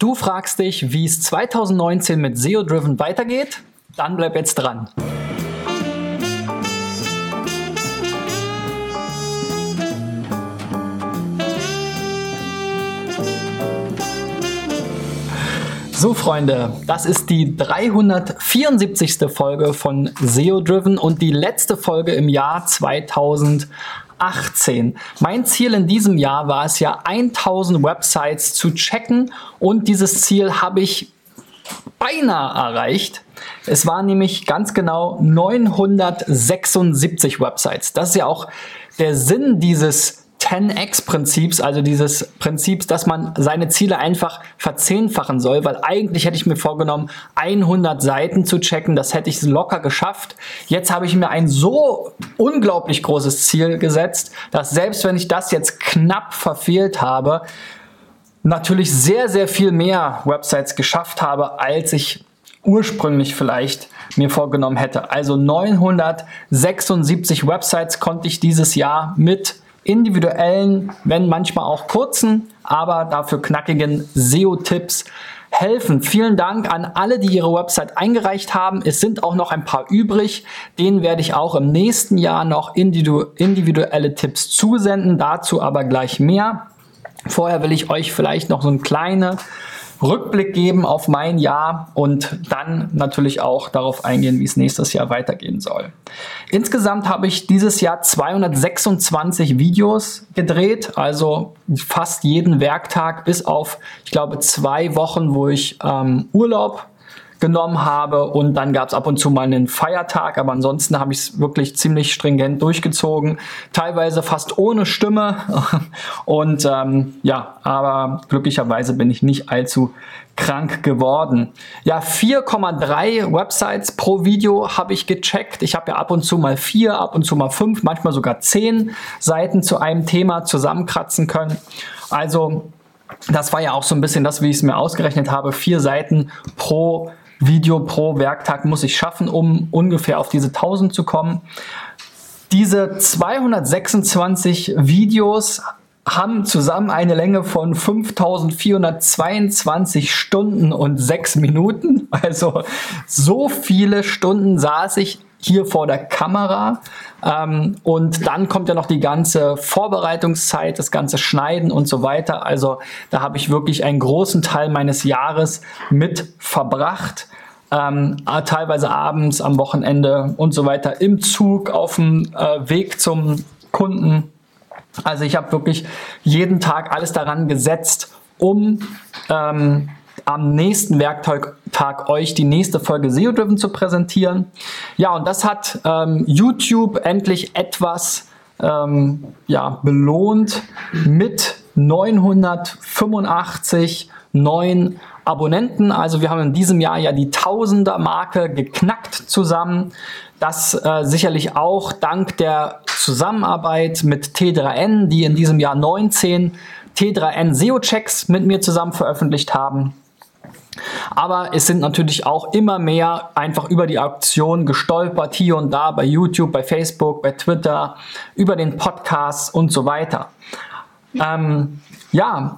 Du fragst dich, wie es 2019 mit SEO-Driven weitergeht? Dann bleib jetzt dran. So Freunde, das ist die 374. Folge von SEO-Driven und die letzte Folge im Jahr 2018. Mein Ziel in diesem Jahr war es ja, 1000 Websites zu checken und dieses Ziel habe ich beinahe erreicht. Es waren nämlich ganz genau 976 Websites. Das ist ja auch der Sinn dieses 10x-Prinzips, also dieses Prinzips, dass man seine Ziele einfach verzehnfachen soll, weil eigentlich hätte ich mir vorgenommen, 100 Seiten zu checken, das hätte ich locker geschafft. Jetzt habe ich mir ein so unglaublich großes Ziel gesetzt, dass selbst wenn ich das jetzt knapp verfehlt habe, natürlich sehr, sehr viel mehr Websites geschafft habe, als ich ursprünglich vielleicht mir vorgenommen hätte. Also 976 Websites konnte ich dieses Jahr mit individuellen, wenn manchmal auch kurzen, aber dafür knackigen SEO-Tipps helfen. Vielen Dank an alle, die ihre Website eingereicht haben. Es sind auch noch ein paar übrig. Denen werde ich auch im nächsten Jahr noch individuelle Tipps zusenden. Dazu aber gleich mehr. Vorher will ich euch vielleicht noch so einen kleinen Rückblick geben auf mein Jahr und dann natürlich auch darauf eingehen, wie es nächstes Jahr weitergehen soll. Insgesamt habe ich dieses Jahr 226 Videos gedreht, also fast jeden Werktag bis auf, ich glaube, 2 Wochen, wo ich Urlaub genommen habe und dann gab es ab und zu mal einen Feiertag, aber ansonsten habe ich es wirklich ziemlich stringent durchgezogen, teilweise fast ohne Stimme und ja, aber glücklicherweise bin ich nicht allzu krank geworden. Ja, 4,3 Websites pro Video habe ich gecheckt. Ich habe ja ab und zu mal 4, ab und zu mal 5, manchmal sogar 10 Seiten zu einem Thema zusammenkratzen können. Also das war ja auch so ein bisschen das, wie ich es mir ausgerechnet habe. 4 Seiten pro Video pro Werktag muss ich schaffen, um ungefähr auf diese 1000 zu kommen. Diese 226 Videos haben zusammen eine Länge von 5422 Stunden und 6 Minuten. Also so viele Stunden saß ich hier vor der Kamera. Und dann kommt ja noch die ganze Vorbereitungszeit, das ganze Schneiden und so weiter. Also da habe ich wirklich einen großen Teil meines Jahres mit verbracht. Teilweise abends, am Wochenende und so weiter, im Zug, auf dem Weg zum Kunden. Also ich habe wirklich jeden Tag alles daran gesetzt, um am nächsten Werktag euch die nächste Folge SEO-Driven zu präsentieren. Ja, und das hat YouTube endlich etwas belohnt mit 985 neuen Abonnenten. Also wir haben in diesem Jahr ja die Tausender-Marke geknackt zusammen. Das sicherlich auch dank der Zusammenarbeit mit T3N, die in diesem Jahr 19 T3N SEO-Checks mit mir zusammen veröffentlicht haben. Aber es sind natürlich auch immer mehr einfach über die Aktion gestolpert, hier und da bei YouTube, bei Facebook, bei Twitter, über den Podcast und so weiter. Ja,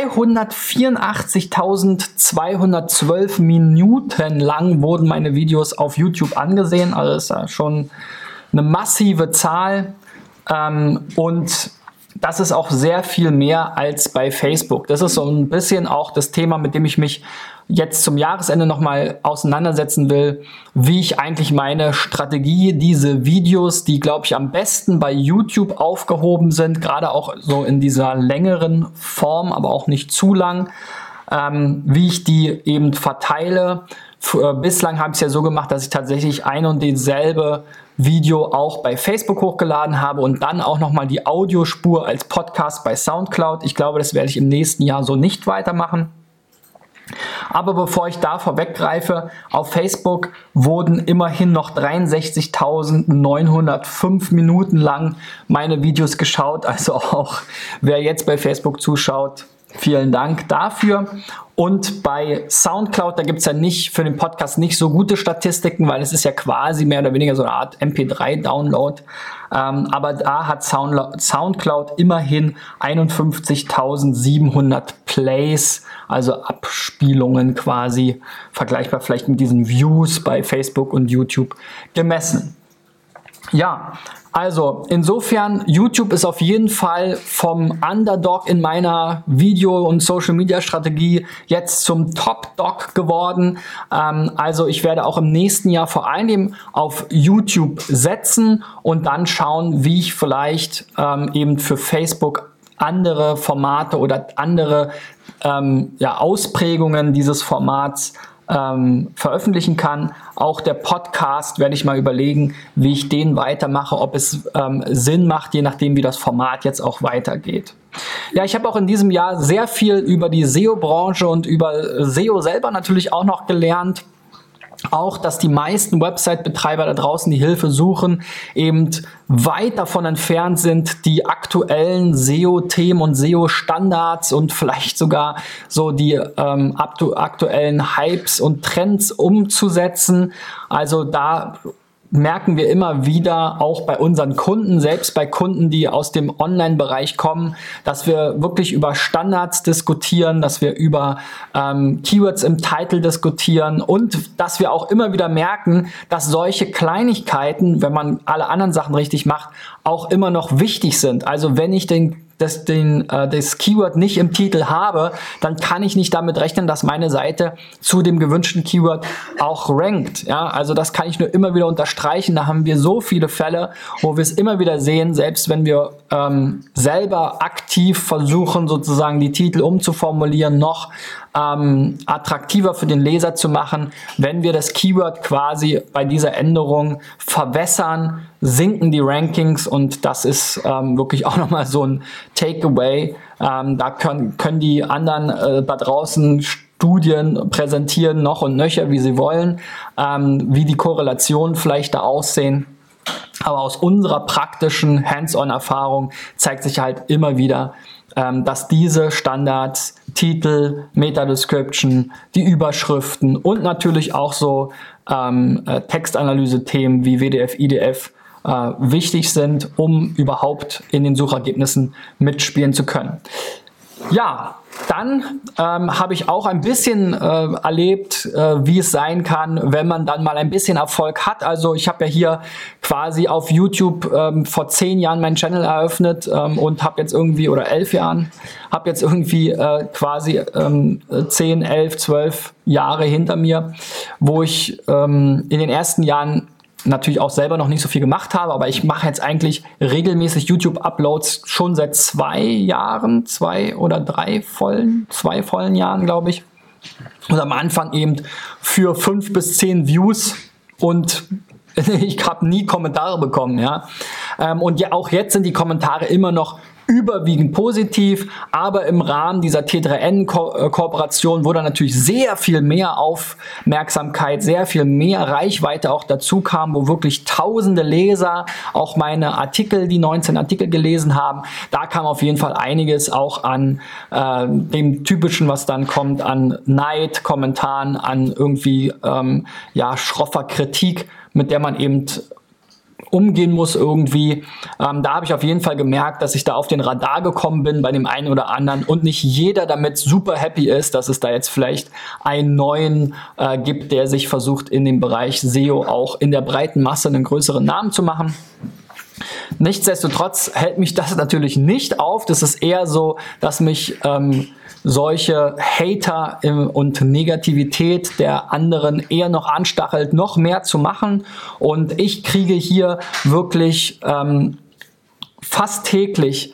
284.212 Minuten lang wurden meine Videos auf YouTube angesehen. Also das ist ja schon eine massive Zahl. Und das ist auch sehr viel mehr als bei Facebook. Das ist so ein bisschen auch das Thema, mit dem ich mich jetzt zum Jahresende nochmal auseinandersetzen will, wie ich eigentlich meine Strategie, diese Videos, die, glaube ich, am besten bei YouTube aufgehoben sind, gerade auch so in dieser längeren Form, aber auch nicht zu lang, wie ich die eben verteile. Bislang habe ich es ja so gemacht, dass ich tatsächlich ein und dieselbe Video auch bei Facebook hochgeladen habe und dann auch nochmal die Audiospur als Podcast bei SoundCloud. Ich glaube, das werde ich im nächsten Jahr so nicht weitermachen. Aber bevor ich da vorweggreife, auf Facebook wurden immerhin noch 63.905 Minuten lang meine Videos geschaut. Also auch wer jetzt bei Facebook zuschaut, vielen Dank dafür. Und bei SoundCloud, da gibt es ja nicht für den Podcast nicht so gute Statistiken, weil es ist ja quasi mehr oder weniger so eine Art MP3-Download. Aber da hat SoundCloud immerhin 51.700 Plays, also Ausspielungen quasi, vergleichbar vielleicht mit diesen Views bei Facebook und YouTube gemessen. Ja, also insofern, YouTube ist auf jeden Fall vom Underdog in meiner Video- und Social-Media-Strategie jetzt zum Top-Dog geworden. Also ich werde auch im nächsten Jahr vor allem auf YouTube setzen und dann schauen, wie ich vielleicht eben für Facebook andere Formate oder andere Ausprägungen dieses Formats veröffentlichen kann. Auch der Podcast werde ich mal überlegen, wie ich den weitermache, ob es Sinn macht, je nachdem, wie das Format jetzt auch weitergeht. Ja, ich habe auch in diesem Jahr sehr viel über die SEO-Branche und über SEO selber natürlich auch noch gelernt. Auch, dass die meisten Website-Betreiber da draußen, die Hilfe suchen, eben weit davon entfernt sind, die aktuellen SEO-Themen und SEO-Standards und vielleicht sogar so die aktuellen Hypes und Trends umzusetzen. Also da merken wir immer wieder, auch bei unseren Kunden, selbst bei Kunden, die aus dem Online-Bereich kommen, dass wir wirklich über Standards diskutieren, dass wir über Keywords im Title diskutieren und dass wir auch immer wieder merken, dass solche Kleinigkeiten, wenn man alle anderen Sachen richtig macht, auch immer noch wichtig sind. Also wenn ich das Keyword nicht im Titel habe, dann kann ich nicht damit rechnen, dass meine Seite zu dem gewünschten Keyword auch rankt. Ja, also das kann ich nur immer wieder unterstreichen. Da haben wir so viele Fälle, wo wir es immer wieder sehen, selbst wenn wir selber aktiv versuchen, sozusagen die Titel umzuformulieren, noch attraktiver für den Leser zu machen. Wenn wir das Keyword quasi bei dieser Änderung verwässern, sinken die Rankings und das ist wirklich auch nochmal so ein Takeaway. Da können die anderen da draußen Studien präsentieren, noch und nöcher, wie sie wollen, wie die Korrelationen vielleicht da aussehen. Aber aus unserer praktischen Hands-on-Erfahrung zeigt sich halt immer wieder, dass diese Standards, Titel, Meta-Description, die Überschriften und natürlich auch so Textanalyse-Themen wie WDF, IDF wichtig sind, um überhaupt in den Suchergebnissen mitspielen zu können. Ja, dann habe ich auch ein bisschen erlebt, wie es sein kann, wenn man dann mal ein bisschen Erfolg hat. Also ich habe ja hier quasi auf YouTube vor 10 Jahren meinen Channel eröffnet und habe jetzt irgendwie, oder 11 Jahren, habe jetzt irgendwie quasi 10, 11, 12 Jahre hinter mir, wo ich in den ersten Jahren natürlich auch selber noch nicht so viel gemacht habe, aber ich mache jetzt eigentlich regelmäßig YouTube-Uploads schon seit 2 Jahren, 2 oder 3 vollen Jahren, glaube ich. Und am Anfang eben für 5 bis 10 Views und ich habe nie Kommentare bekommen, ja. Und ja, auch jetzt sind die Kommentare immer noch überwiegend positiv, aber im Rahmen dieser T3N-Kooperation, wo dann natürlich sehr viel mehr Aufmerksamkeit, sehr viel mehr Reichweite auch dazu kam, wo wirklich tausende Leser auch meine Artikel, die 19 Artikel gelesen haben, da kam auf jeden Fall einiges auch an dem Typischen, was dann kommt, an Neid, Kommentaren, an irgendwie schroffer Kritik, mit der man eben umgehen muss irgendwie. Da habe ich auf jeden Fall gemerkt, dass ich da auf den Radar gekommen bin bei dem einen oder anderen und nicht jeder damit super happy ist, dass es da jetzt vielleicht einen neuen gibt, der sich versucht, in dem Bereich SEO auch in der breiten Masse einen größeren Namen zu machen. Nichtsdestotrotz hält mich das natürlich nicht auf. Das ist eher so, dass mich solche Hater und Negativität der anderen eher noch anstachelt, noch mehr zu machen. Und ich kriege hier wirklich fast täglich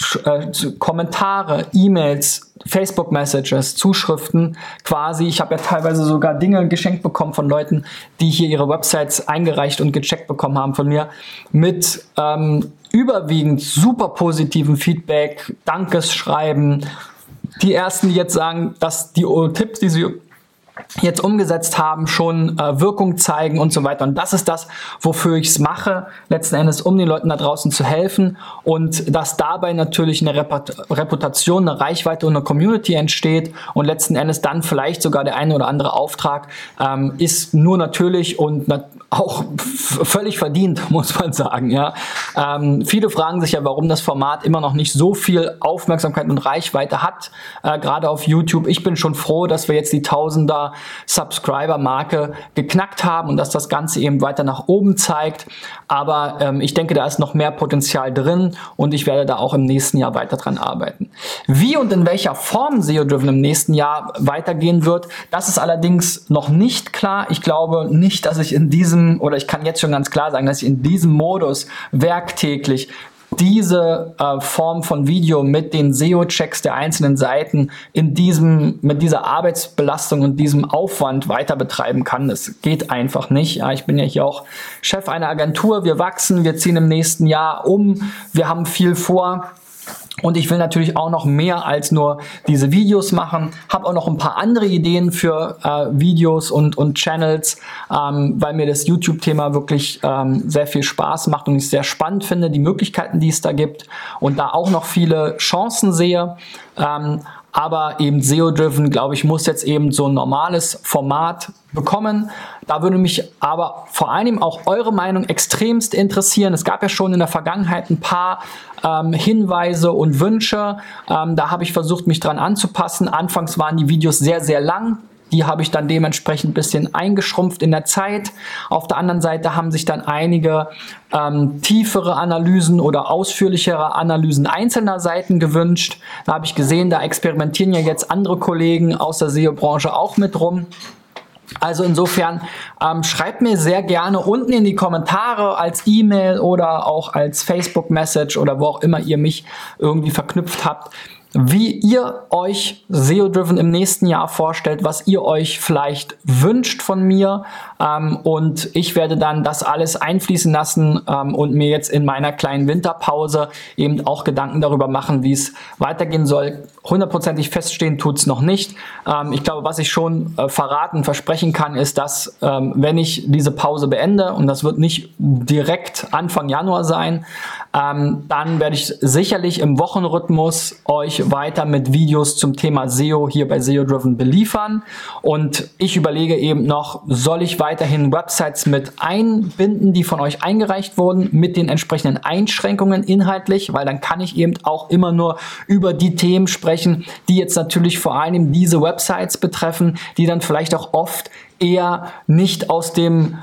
Kommentare, E-Mails, Facebook-Messages, Zuschriften quasi. Ich habe ja teilweise sogar Dinge geschenkt bekommen von Leuten, die hier ihre Websites eingereicht und gecheckt bekommen haben von mir, mit überwiegend super positiven Feedback, Dankesschreiben. Die ersten, die jetzt sagen, dass die Tipps, die sie jetzt umgesetzt haben, schon Wirkung zeigen und so weiter. Und das ist das, wofür ich es mache, letzten Endes, um den Leuten da draußen zu helfen, und dass dabei natürlich eine Reputation, eine Reichweite und eine Community entsteht und letzten Endes dann vielleicht sogar der eine oder andere Auftrag ist nur natürlich und auch völlig verdient, muss man sagen. Ja. Viele fragen sich ja, warum das Format immer noch nicht so viel Aufmerksamkeit und Reichweite hat, gerade auf YouTube. Ich bin schon froh, dass wir jetzt die 1000er Subscriber-Marke geknackt haben und dass das Ganze eben weiter nach oben zeigt. Aber ich denke, da ist noch mehr Potenzial drin und ich werde da auch im nächsten Jahr weiter dran arbeiten. Wie und in welcher Form SEO-Driven im nächsten Jahr weitergehen wird, das ist allerdings noch nicht klar. Ich glaube nicht, dass ich ich kann jetzt schon ganz klar sagen, dass ich in diesem Modus werktäglich diese Form von Video mit den SEO-Checks der einzelnen Seiten mit dieser Arbeitsbelastung und diesem Aufwand weiter betreiben kann. Das geht einfach nicht. Ja, ich bin ja hier auch Chef einer Agentur. Wir wachsen, wir ziehen im nächsten Jahr um, wir haben viel vor. Und ich will natürlich auch noch mehr als nur diese Videos machen, habe auch noch ein paar andere Ideen für Videos und Channels, weil mir das YouTube-Thema wirklich sehr viel Spaß macht und ich sehr spannend finde, die Möglichkeiten, die es da gibt und da auch noch viele Chancen sehe. Aber eben SEO-Driven, glaube ich, muss jetzt eben so ein normales Format bekommen. Da würde mich aber vor allem auch eure Meinung extremst interessieren. Es gab ja schon in der Vergangenheit ein paar Hinweise und Wünsche. Da habe ich versucht, mich dran anzupassen. Anfangs waren die Videos sehr, sehr lang. Die habe ich dann dementsprechend ein bisschen eingeschrumpft in der Zeit. Auf der anderen Seite haben sich dann einige tiefere Analysen oder ausführlichere Analysen einzelner Seiten gewünscht. Da habe ich gesehen, da experimentieren ja jetzt andere Kollegen aus der SEO-Branche auch mit rum. Also insofern schreibt mir sehr gerne unten in die Kommentare als E-Mail oder auch als Facebook-Message oder wo auch immer ihr mich irgendwie verknüpft habt, wie ihr euch SEO-Driven im nächsten Jahr vorstellt, was ihr euch vielleicht wünscht von mir, und ich werde dann das alles einfließen lassen und mir jetzt in meiner kleinen Winterpause eben auch Gedanken darüber machen, wie es weitergehen soll. Hundertprozentig feststehen tut es noch nicht. Ich glaube, was ich schon verraten, versprechen kann, ist, dass wenn ich diese Pause beende, und das wird nicht direkt Anfang Januar sein, dann werde ich sicherlich im Wochenrhythmus euch weiter mit Videos zum Thema SEO hier bei SEO-Driven beliefern. Und ich überlege eben noch, soll ich weiterhin Websites mit einbinden, die von euch eingereicht wurden, mit den entsprechenden Einschränkungen inhaltlich, weil dann kann ich eben auch immer nur über die Themen sprechen, die jetzt natürlich vor allem diese Websites betreffen, die dann vielleicht auch oft eher nicht aus dem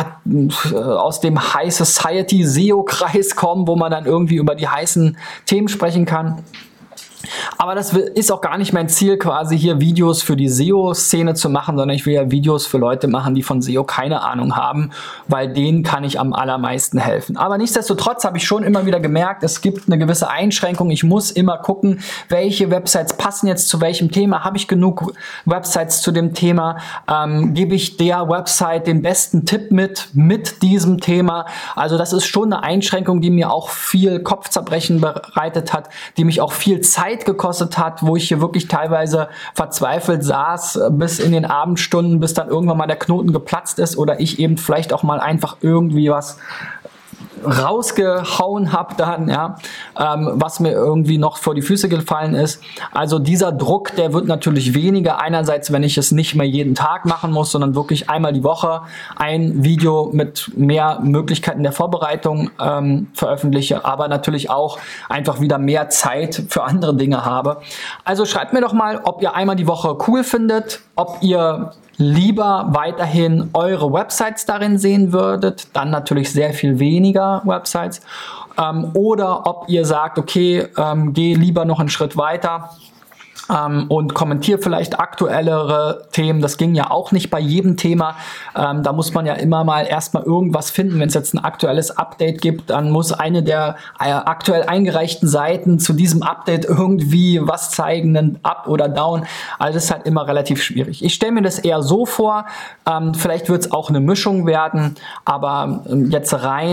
High Society SEO-Kreis kommen, wo man dann irgendwie über die heißen Themen sprechen kann. Aber das ist auch gar nicht mein Ziel, quasi hier Videos für die SEO-Szene zu machen, sondern ich will ja Videos für Leute machen, die von SEO keine Ahnung haben, weil denen kann ich am allermeisten helfen. Aber nichtsdestotrotz habe ich schon immer wieder gemerkt, es gibt eine gewisse Einschränkung. Ich muss immer gucken, welche Websites passen jetzt zu welchem Thema. Habe ich genug Websites zu dem Thema? Gebe ich der Website den besten Tipp mit diesem Thema? Also das ist schon eine Einschränkung, die mir auch viel Kopfzerbrechen bereitet hat, die mich auch viel Zeit gekostet hat, wo ich hier wirklich teilweise verzweifelt saß bis in den Abendstunden, bis dann irgendwann mal der Knoten geplatzt ist oder ich eben vielleicht auch mal einfach irgendwie was rausgehauen habe dann, ja, was mir irgendwie noch vor die Füße gefallen ist. Also dieser Druck, der wird natürlich weniger. Einerseits, wenn ich es nicht mehr jeden Tag machen muss, sondern wirklich einmal die Woche ein Video mit mehr Möglichkeiten der Vorbereitung veröffentliche, aber natürlich auch einfach wieder mehr Zeit für andere Dinge habe. Also schreibt mir doch mal, ob ihr einmal die Woche cool findet, ob ihr lieber weiterhin eure Websites darin sehen würdet, dann natürlich sehr viel weniger Websites, oder ob ihr sagt, okay, geh lieber noch einen Schritt weiter und kommentiere vielleicht aktuellere Themen. Das ging ja auch nicht bei jedem Thema. Da muss man ja immer mal erstmal irgendwas finden. Wenn es jetzt ein aktuelles Update gibt, dann muss eine der aktuell eingereichten Seiten zu diesem Update irgendwie was zeigen, einen Up oder Down. Also das ist halt immer relativ schwierig. Ich stelle mir das eher so vor, vielleicht wird es auch eine Mischung werden, aber jetzt rein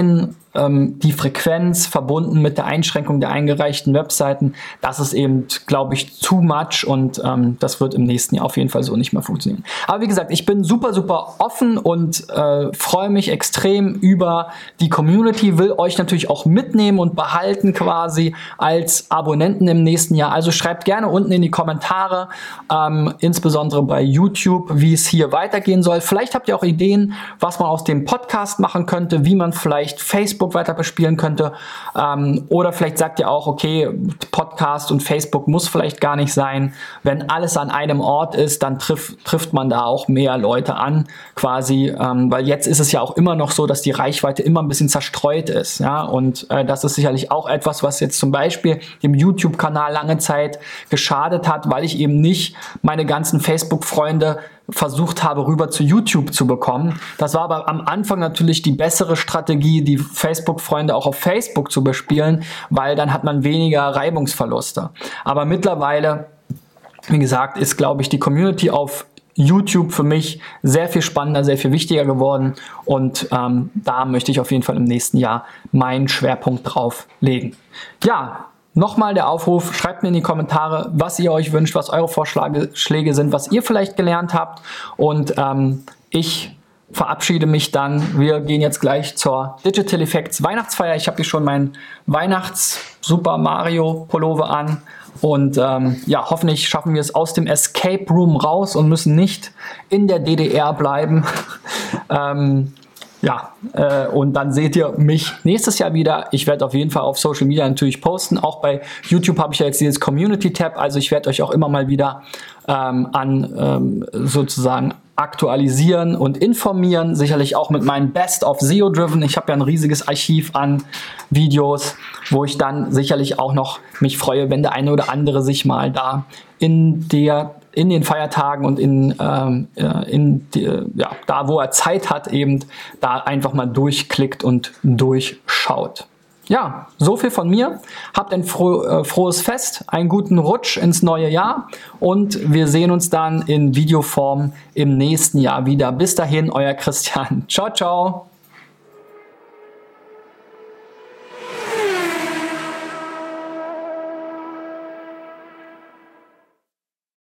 die Frequenz verbunden mit der Einschränkung der eingereichten Webseiten, das ist eben, glaube ich, too much und das wird im nächsten Jahr auf jeden Fall so nicht mehr funktionieren. Aber wie gesagt, ich bin super, super offen und freue mich extrem über die Community, will euch natürlich auch mitnehmen und behalten quasi als Abonnenten im nächsten Jahr. Also schreibt gerne unten in die Kommentare, insbesondere bei YouTube, wie es hier weitergehen soll. Vielleicht habt ihr auch Ideen, was man aus dem Podcast machen könnte, wie man vielleicht Facebook weiter bespielen könnte. Oder vielleicht sagt ihr auch, okay, Podcast und Facebook muss vielleicht gar nicht sein. Wenn alles an einem Ort ist, dann trifft man da auch mehr Leute an, quasi, weil jetzt ist es ja auch immer noch so, dass die Reichweite immer ein bisschen zerstreut ist. Ja? Und das ist sicherlich auch etwas, was jetzt zum Beispiel dem YouTube-Kanal lange Zeit geschadet hat, weil ich eben nicht meine ganzen Facebook-Freunde versucht habe, rüber zu YouTube zu bekommen. Das war aber am Anfang natürlich die bessere Strategie, die Facebook-Freunde auch auf Facebook zu bespielen, weil dann hat man weniger Reibungsverluste. Aber mittlerweile, wie gesagt, ist, glaube ich, die Community auf YouTube für mich sehr viel spannender, sehr viel wichtiger geworden und da möchte ich auf jeden Fall im nächsten Jahr meinen Schwerpunkt drauf legen. Ja, nochmal der Aufruf, schreibt mir in die Kommentare, was ihr euch wünscht, was eure Vorschläge sind, was ihr vielleicht gelernt habt und ich verabschiede mich dann. Wir gehen jetzt gleich zur Digital Effects Weihnachtsfeier. Ich habe hier schon meinen Weihnachts-Super Mario Pullover an und ja, hoffentlich schaffen wir es aus dem Escape Room raus und müssen nicht in der DDR bleiben. Ja, und dann seht ihr mich nächstes Jahr wieder. Ich werde auf jeden Fall auf Social Media natürlich posten. Auch bei YouTube habe ich ja jetzt dieses Community-Tab. Also ich werde euch auch immer mal wieder sozusagen aktualisieren und informieren. Sicherlich auch mit meinen Best of SEO-Driven. Ich habe ja ein riesiges Archiv an Videos, wo ich dann sicherlich auch noch mich freue, wenn der eine oder andere sich mal da in den Feiertagen und da, wo er Zeit hat, eben da einfach mal durchklickt und durchschaut. Ja, so viel von mir. Habt ein frohes Fest, einen guten Rutsch ins neue Jahr und wir sehen uns dann in Videoform im nächsten Jahr wieder. Bis dahin, euer Christian. Ciao, ciao.